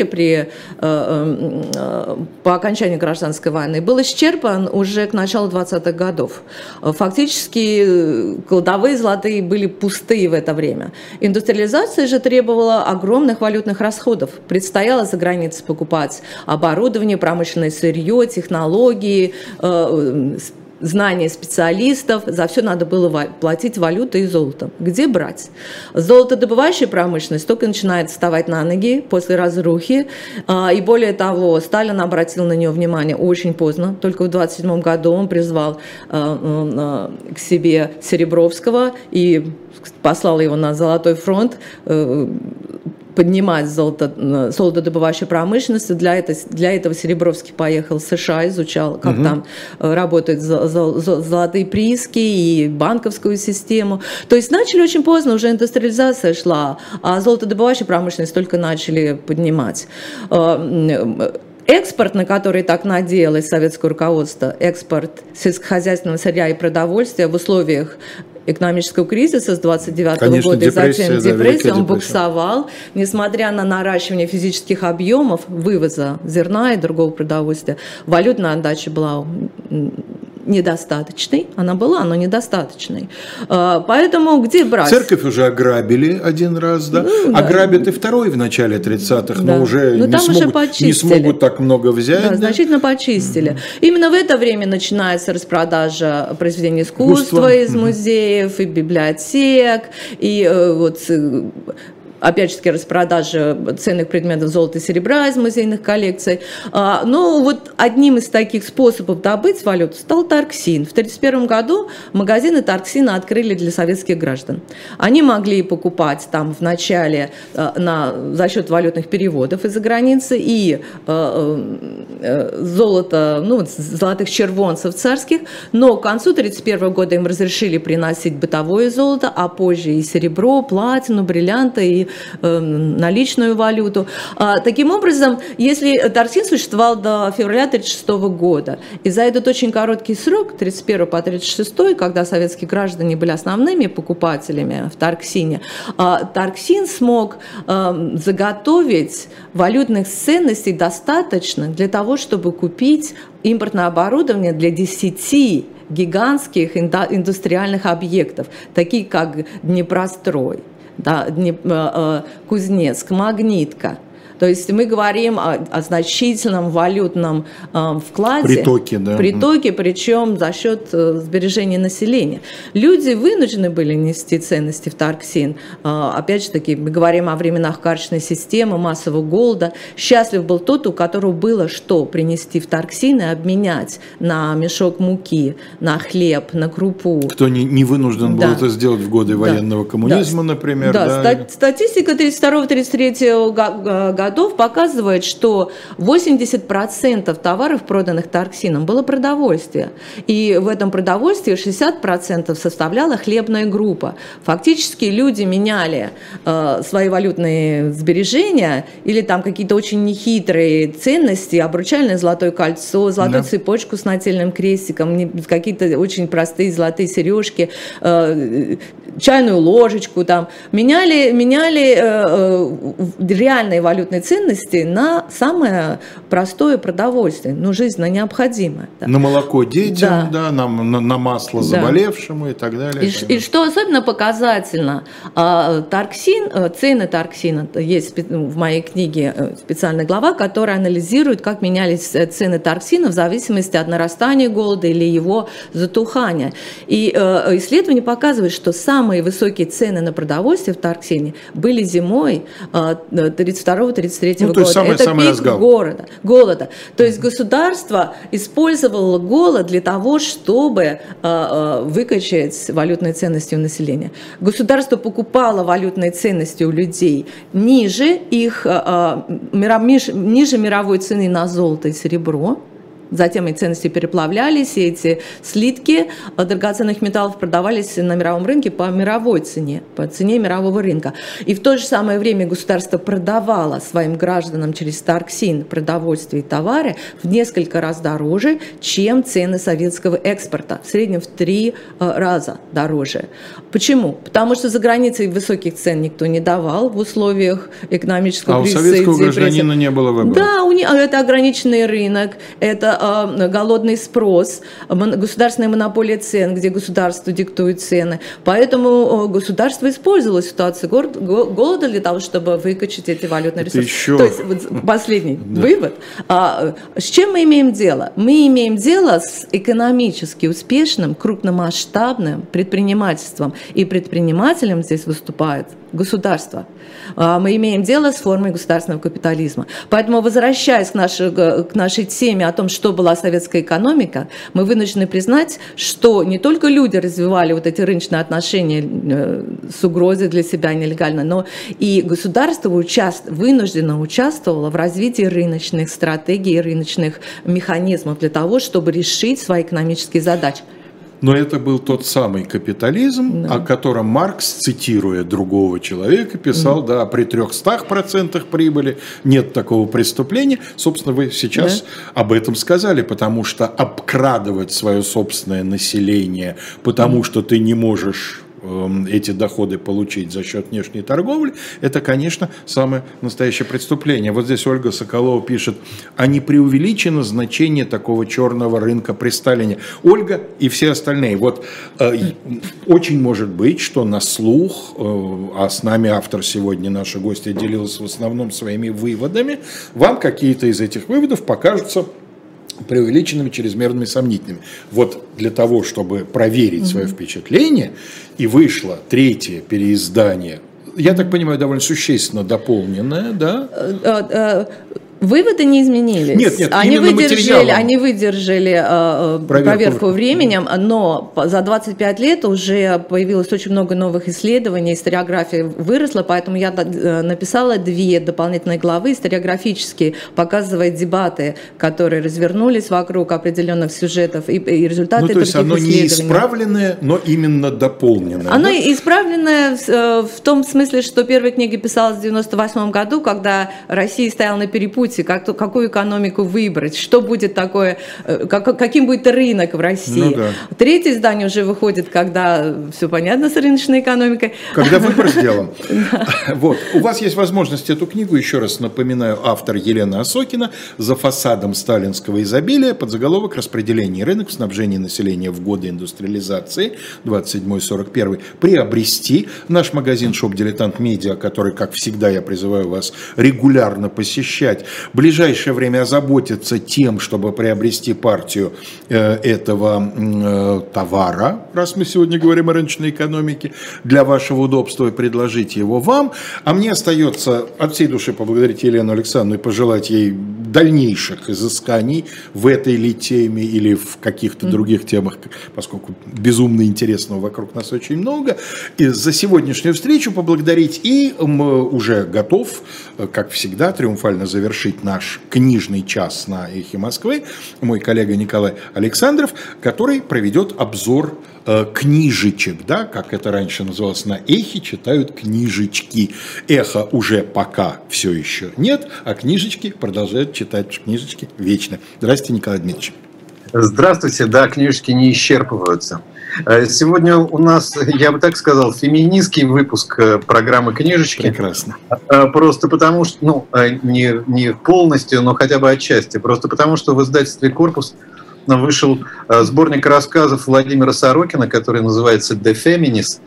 B: по окончании гражданской войны, был исчерпан уже к началу 20-х годов. Фактически кладовые золотые были пустые в это время. Индустриализация же требовала огромных валютных расходов. Предстояло за границей покупать оборудование, промышленное сырье, технологии, знания специалистов, за все надо было платить валютой и золотом. Где брать? Золотодобывающая промышленность только начинает вставать на ноги после разрухи, и более того, Сталин обратил на нее внимание очень поздно, только в 1927 году он призвал к себе Серебровского и послал его на Золотой фронт, поднимать золотодобывающую промышленность. Для этого Серебровский поехал в США, изучал, как там работают золотые прииски и банковскую систему. То есть начали очень поздно, уже индустриализация шла, а золотодобывающую промышленность только начали поднимать. Экспорт, на который так надеялось советское руководство, экспорт сельскохозяйственного сырья и продовольствия в условиях экономического кризиса с 29 года и затем депрессии, он буксовал, несмотря на наращивание физических объемов вывоза зерна и другого продовольствия. Валютная отдача была недостаточной, она была, но недостаточной. Поэтому где брать?
A: Церковь уже ограбили один раз, да? Ограбят и второй в начале 30-х, но уже не смогут так много взять.
B: Да, значительно почистили. Именно в это время начинается распродажа произведений искусства из музеев и библиотек, и вот опять же таки, распродажа ценных предметов золота и серебра из музейных коллекций. Но вот одним из таких способов добыть валюту стал Тарксин. В 1931 году магазины Тарксина открыли для советских граждан. Они могли покупать там в начале за счет валютных переводов из-за границы и золото, золотых червонцев царских, но к концу 1931 года им разрешили приносить бытовое золото, а позже и серебро, платину, бриллианты и наличную валюту. Таким образом, если Тарксин существовал до февраля 1936 года, и за этот очень короткий срок, 1931 по 1936, когда советские граждане были основными покупателями в Тарксине, Тарксин смог заготовить валютных ценностей достаточно для того, чтобы купить импортное оборудование для 10 гигантских индустриальных объектов, такие как Днепрострой, Кузнецк, Магнитка. То есть мы говорим о значительном валютном вкладе, притоке, причем за счет сбережения населения. Люди вынуждены были нести ценности в Тарксин. Опять же таки, мы говорим о временах карточной системы, массового голода. Счастлив был тот, у которого было что принести в Тарксин и обменять на мешок муки, на хлеб, на крупу.
A: Кто не вынужден был это сделать в годы военного коммунизма, например.
B: Статистика 1932-1933 года показывает, что 80% товаров, проданных Тарксином, было продовольствие. И в этом продовольствии 60% составляла хлебная группа. Фактически люди меняли свои валютные сбережения или там какие-то очень нехитрые ценности, обручальное золотое кольцо, золотую цепочку с нательным крестиком, какие-то очень простые золотые сережки, чайную ложечку, там, меняли реальные валютные ценности на самое простое продовольствие, жизненно необходимое.
A: Да. На молоко детям, на масло заболевшему и так далее.
B: И что особенно показательно, цены Тарксина, есть в моей книге специальная глава, которая анализирует, как менялись цены Тарксина в зависимости от нарастания голода или его затухания. И исследования показывают, что самые высокие цены на продовольствие в Тарксине были зимой 1932-1933 года. Это пик голода. То есть государство использовало голод для того, чтобы выкачать валютные ценности у населения. Государство покупало валютные ценности у людей ниже мировой цены на золото и серебро. Затем эти ценности переплавлялись, и эти слитки драгоценных металлов продавались на мировом рынке по мировой цене, по цене мирового рынка. И в то же самое время государство продавало своим гражданам через Тарксин продовольствие и товары в несколько раз дороже, чем цены советского экспорта, в среднем в 3 раза дороже. Почему? Потому что за границей высоких цен никто не давал в условиях экономического кризиса.
A: А у советского гражданина не было выбора.
B: Да, это ограниченный рынок, это голодный спрос, государственная монополия цен, где государство диктует цены. Поэтому государство использовало ситуацию голода для того, чтобы выкачать эти валютные ресурсы. То есть последний вывод. С чем мы имеем дело? Мы имеем дело с экономически успешным, крупномасштабным предпринимательством. И предпринимателем здесь выступает государство. Мы имеем дело с формой государственного капитализма. Поэтому, возвращаясь к нашей теме о том, что была советская экономика, мы вынуждены признать, что не только люди развивали вот эти рыночные отношения с угрозой для себя нелегально, но и государство вынуждено участвовало в развитии рыночных стратегий, рыночных механизмов для того, чтобы решить свои экономические задачи.
A: Но это был тот самый капитализм, о котором Маркс, цитируя другого человека, писал, при 300% прибыли нет такого преступления. Собственно, вы сейчас об этом сказали, потому что обкрадывать свое собственное население, потому что ты не можешь эти доходы получить за счет внешней торговли, это, конечно, самое настоящее преступление. Вот здесь Ольга Соколова пишет, а не преувеличено значение такого черного рынка при Сталине. Ольга и все остальные. Вот очень может быть, что на слух, а с нами автор сегодня, наша гостья, делилась в основном своими выводами, вам какие-то из этих выводов покажутся преувеличенными, чрезмерными, сомнительными. Вот для того, чтобы проверить свое впечатление, и вышло 3-е переиздание я так понимаю, довольно существенно дополненная, да?
B: Выводы не изменились.
A: Нет,
B: они выдержали проверку временем, но за 25 лет уже появилось очень много новых исследований, историография выросла, поэтому я написала 2 дополнительные главы историографические, показывая дебаты, которые развернулись вокруг определенных сюжетов и результаты других исследований.
A: То есть оно не исправленное, но именно дополненное.
B: Оно исправленное в том смысле, что первая книга писалась в 1998 году, когда Россия стояла на перепутье, какую экономику выбрать, что будет такое, каким будет рынок в России. Третье издание уже выходит, когда все понятно с рыночной экономикой.
A: Когда выбор сделан. Вот. У вас есть возможность эту книгу, еще раз напоминаю, автор Елена Осокина, «За фасадом сталинского изобилия», подзаголовок «Распределение и рынок в снабжении населения в годы индустриализации 27-41», приобрести. Наш магазин «Шоп Дилетант Медиа», который, как всегда, я призываю вас регулярно посещать, в ближайшее время озаботиться тем, чтобы приобрести партию этого товара, раз мы сегодня говорим о рыночной экономике, для вашего удобства и предложить его вам. А мне остается от всей души поблагодарить Елену Александровну и пожелать ей дальнейших изысканий в этой ли теме или в каких-то других темах, поскольку безумно интересного вокруг нас очень много. И за сегодняшнюю встречу поблагодарить и уже готов, как всегда, триумфально завершить наш книжный час на «Эхе Москвы» мой коллега Николай Александров, который проведет обзор книжечек, да, как это раньше называлось, на «Эхе» читают книжечки. «Эхо» уже пока все еще нет, а книжечки продолжают читать книжечки вечно. Здравствуйте, Николай Дмитриевич.
C: Здравствуйте, да, книжечки не исчерпываются. Сегодня у нас, я бы так сказал, феминистский выпуск программы «Книжечки».
A: Прекрасно.
C: Просто потому что, не полностью, но хотя бы отчасти. Просто потому что в издательстве «Корпус» вышел сборник рассказов Владимира Сорокина, который называется «The Feminist».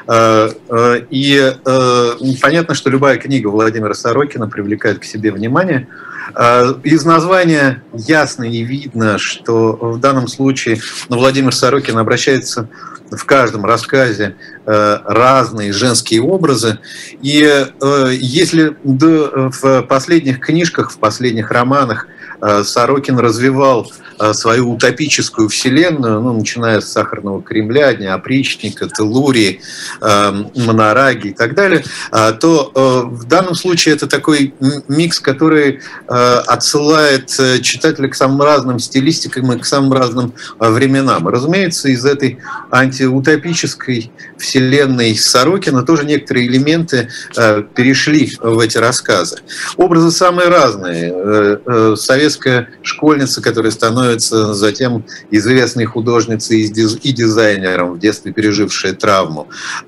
C: И понятно, что любая книга Владимира Сорокина привлекает к себе внимание. Из названия ясно и видно, что в данном случае Владимир Сорокин обращается в каждом рассказе разные женские образы. И если в последних книжках, в последних романах Сорокин развивал свою утопическую вселенную, начиная с «Сахарного Кремля», «Дня опричника», «Телурии», «Монараги» и так далее, то в данном случае это такой микс, который отсылает читателя к самым разным стилистикам и к самым разным временам. Разумеется, из этой антиутопической вселенной Сорокина тоже некоторые элементы перешли в эти рассказы. Образы самые разные. Советская школьница, которая становится затем известной художницей и дизайнером, в детстве пережившая травму.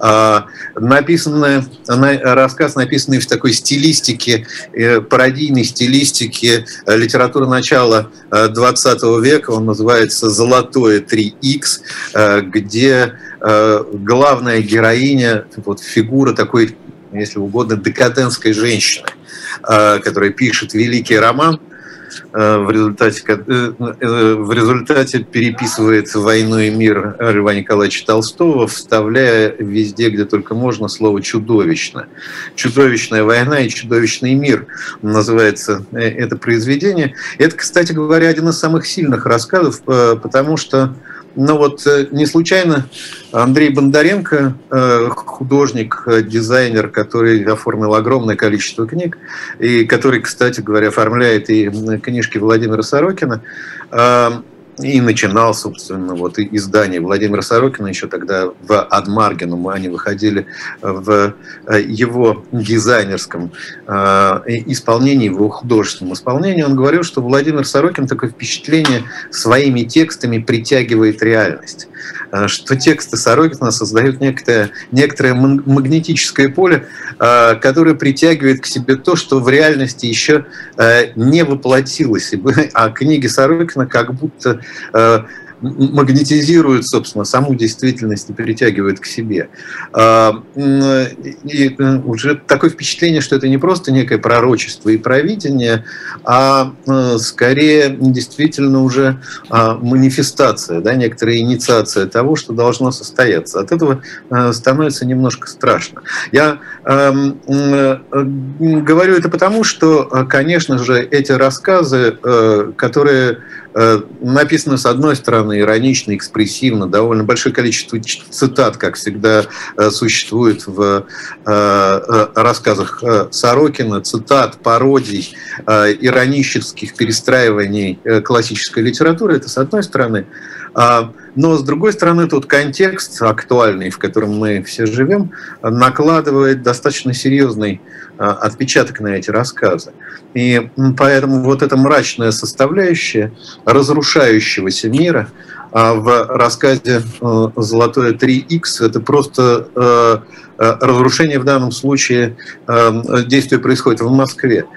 C: Рассказ, написанный в такой стилистике, пародийной стилистике литературы начала XX века, он называется «Золотое 3Х», где главная героиня, фигура такой, если угодно, декадентской женщины, которая пишет великий роман, в результате переписывает «Войну и мир» Льва Николаевича Толстого, вставляя везде, где только можно, слово «чудовищно». «Чудовищная война» и «Чудовищный мир» называется это произведение. Это, кстати говоря, один из самых сильных рассказов, потому что не случайно Андрей Бондаренко, художник, дизайнер, который оформил огромное количество книг, и который, кстати говоря, оформляет и книжки Владимира Сорокина, и начинал, собственно, издание Владимира Сорокина еще тогда в Адмаргенум. Они выходили в его дизайнерском исполнении, в его художественном исполнении. Он говорил, что Владимир Сорокин такое впечатление своими текстами притягивает реальность. Что тексты Сорокина создают некоторое магнетическое поле, которое притягивает к себе то, что в реальности еще не воплотилось. А книги Сорокина как будто магнетизирует, собственно, саму действительность и перетягивает к себе. И уже такое впечатление, что это не просто некое пророчество и провидение, а скорее действительно уже манифестация, да, некоторая инициация того, что должно состояться. От этого становится немножко страшно. Я говорю это потому, что, конечно же, эти рассказы, которые написаны, с одной стороны, иронично, экспрессивно, довольно большое количество цитат, как всегда, существует в рассказах Сорокина, цитат, пародий, иронических перестраиваний классической литературы, это с одной стороны. Но, с другой стороны, тут контекст актуальный, в котором мы все живем, накладывает достаточно серьезный отпечаток на эти рассказы. И поэтому вот эта мрачная составляющая разрушающегося мира в рассказе «Золотое 3Х» — это просто разрушение, в данном случае действие происходит в Москве.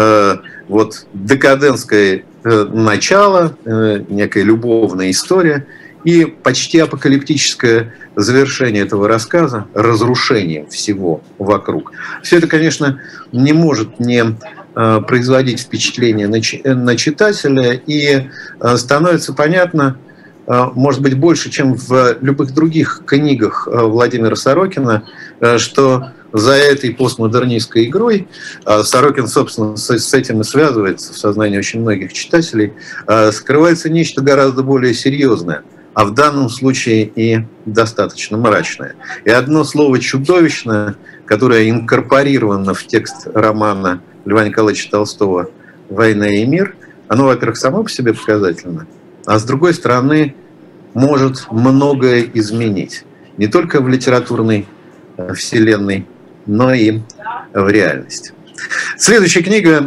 C: Вот декадентское начало, некая любовная история и почти апокалиптическое завершение этого рассказа разрушением всего вокруг. Все это, конечно, не может не производить впечатление на читателя, и становится понятно, может быть, больше, чем в любых других книгах Владимира Сорокина, что за этой постмодернистской игрой Сорокин, собственно, с этим и связывается в сознании очень многих читателей, скрывается нечто гораздо более серьезное, а в данном случае и достаточно мрачное. И одно слово «чудовищное», которое инкорпорировано в текст романа Льва Николаевича Толстого «Война и мир», оно, во-первых, само по себе показательно, а с другой стороны, может многое изменить. Не только в литературной вселенной, но и в реальности. Следующая книга,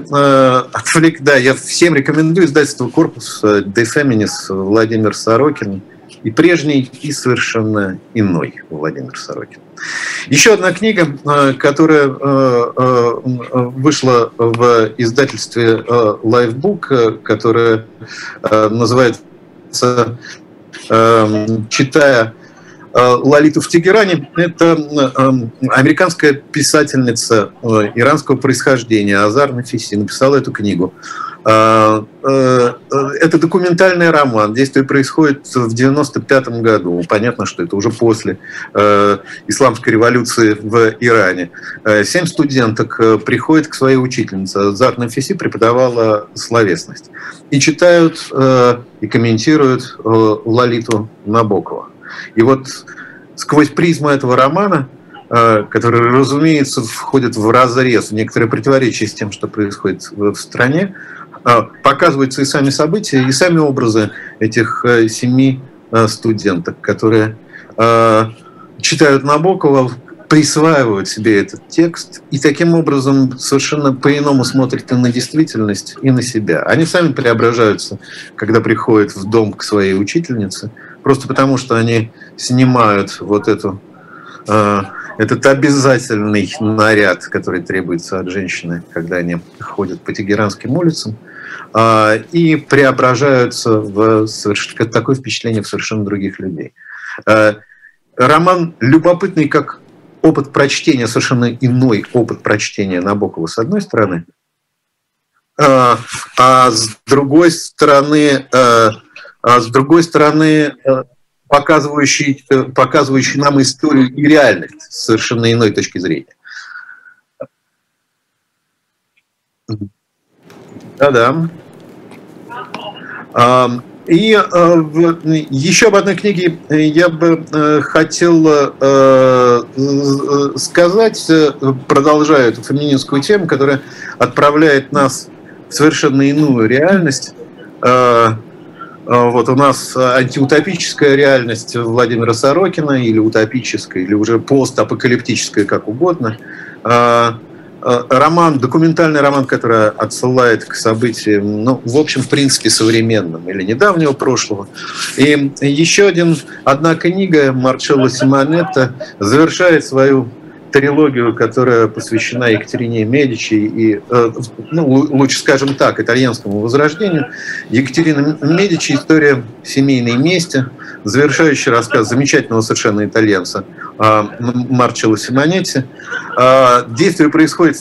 C: да, я всем рекомендую, издательство «Корпус», «De Feminis», Владимир Сорокин, и прежний, и совершенно иной Владимир Сорокин. Еще одна книга, которая вышла в издательстве Lifebook, которая называется «Читая Лолиту в Тегеране». Это американская писательница иранского происхождения Азар Нафиси написала эту книгу. Это документальный роман. Действие происходит в 1995 году. Понятно, что это уже после исламской революции в Иране. 7 студенток приходят к своей учительнице. Азар Нафиси преподавала словесность. И читают и комментируют Лолиту Набокова. И вот сквозь призму этого романа, который, разумеется, входит в разрез, в некоторые противоречия с тем, что происходит в стране, показываются и сами события, и сами образы этих 7 студенток, которые читают Набокова, присваивают себе этот текст и таким образом совершенно по-иному смотрят и на действительность, и на себя. Они сами преображаются, когда приходят в дом к своей учительнице, просто потому что они снимают вот этот обязательный наряд, который требуется от женщины, когда они ходят по тегеранским улицам, и преображаются в такое впечатление в совершенно других людей. Роман любопытный как опыт прочтения, совершенно иной опыт прочтения Набокова, с одной стороны, а с другой стороны показывающий нам историю и реальность с совершенно иной точки зрения. Да-да. И еще об одной книге я бы хотел сказать, продолжая эту феминистскую тему, которая отправляет нас в совершенно иную реальность. Вот у нас антиутопическая реальность Владимира Сорокина, или утопическая, или уже постапокалиптическая, как угодно. Роман, документальный роман, который отсылает к событиям, ну, в общем, в принципе, современным или недавнего прошлого. И еще одна книга Марчелло Симонетто завершает свою трилогию, которая посвящена Екатерине Медичи и, лучше скажем так, итальянскому возрождению. Екатерина Медичи, история семейной мести, завершающий рассказ замечательного совершенно итальянца Марчелло Симонетти. Действие происходит в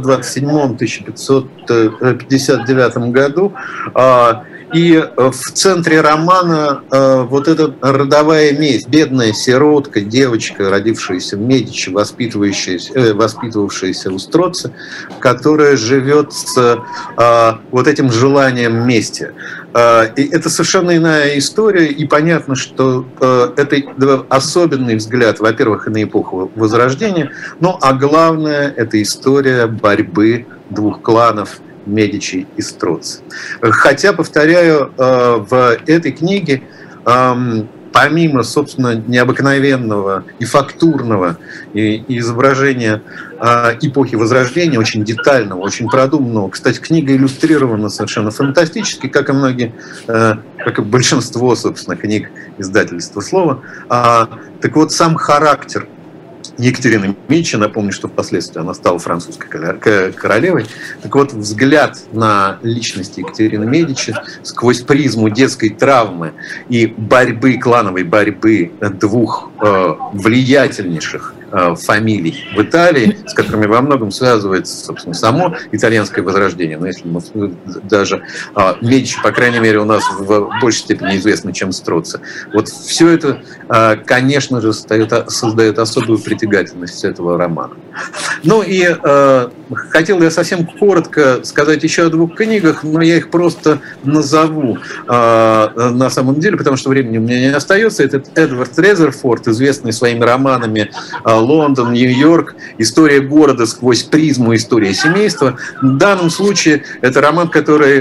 C: 1527-1559 году. И в центре романа вот эта родовая месть, бедная сиротка, девочка, родившаяся в Медичи, воспитывавшаяся у Строцци, которая живет с вот этим желанием мести. И это совершенно иная история, и понятно, что это особенный взгляд, во-первых, на эпоху Возрождения, а главное, это история борьбы двух кланов Медичи и Строцци. Хотя, повторяю, в этой книге, помимо, собственно, необыкновенного и фактурного изображения эпохи Возрождения, очень детального, очень продуманного, кстати, книга иллюстрирована совершенно фантастически, как и многие, как и большинство, собственно, книг издательства «Слово». Так вот, сам характер Екатерины Медичи, напомню, что впоследствии она стала французской королевой. Так вот, взгляд на личность Екатерины Медичи сквозь призму детской травмы и борьбы, клановой борьбы двух влиятельнейших фамилий в Италии, с которыми во многом связывается, собственно, само итальянское возрождение. Но если мы даже Медичи, по крайней мере, у нас в большей степени известны, чем Строцци. Вот все это, конечно же, создает особую притягательность этого романа. Ну и хотел я совсем коротко сказать еще о двух книгах, но я их просто назову на самом деле, потому что времени у меня не остается. Это Эдвард Резерфорд, известный своими романами «Лондон», «Нью-Йорк», «История города сквозь призму истории семейства». В данном случае это роман, который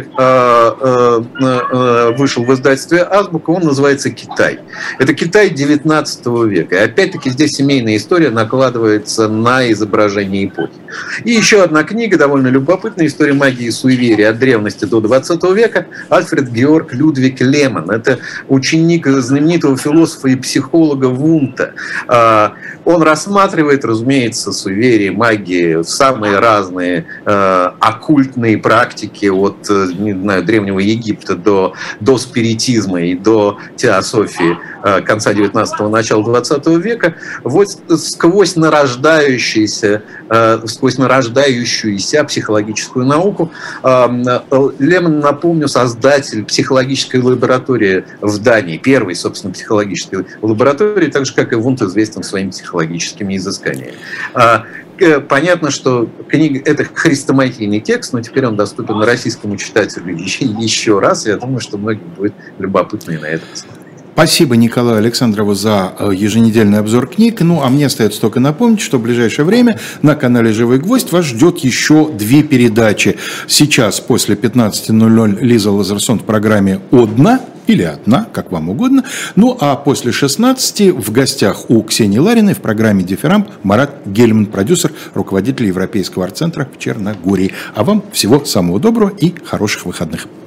C: вышел в издательстве «Азбука», он называется «Китай». Это Китай XIX века. И опять-таки здесь семейная история накладывается на изображение эпохи. И еще одна книга, довольно любопытная, «История магии и суеверия от древности до XX века», Альфред Георг Людвиг Лемон. Это ученик знаменитого философа и психолога Вунта. Он рассматривает, разумеется, суеверия, магии, самые разные оккультные практики от, не знаю, Древнего Египта до спиритизма и до теософии конца 19-го, начала 20 века. Вот сквозь нарождающуюся психологическую науку Лемон, напомню, создатель психологической лаборатории в Дании, первой, собственно, психологической лаборатории, так же, как и Вунт известен своими психологическими изысканиями. Понятно, что книга – это хрестоматийный текст, но теперь он доступен российскому читателю еще раз. Я думаю, что многим будет любопытно и на это посмотреть.
A: Спасибо Николаю Александрову за еженедельный обзор книг. Ну, а мне остается только напомнить, что в ближайшее время на канале «Живой гвоздь» вас ждет еще 2 передачи. Сейчас после 15:00 Лиза Лазерсон в программе «Одна» или «Одна», как вам угодно. Ну, а после 16 в гостях у Ксении Лариной в программе «Дифирамб» Марат Гельман, продюсер, руководитель Европейского арт-центра в Черногории. А вам всего самого доброго и хороших выходных.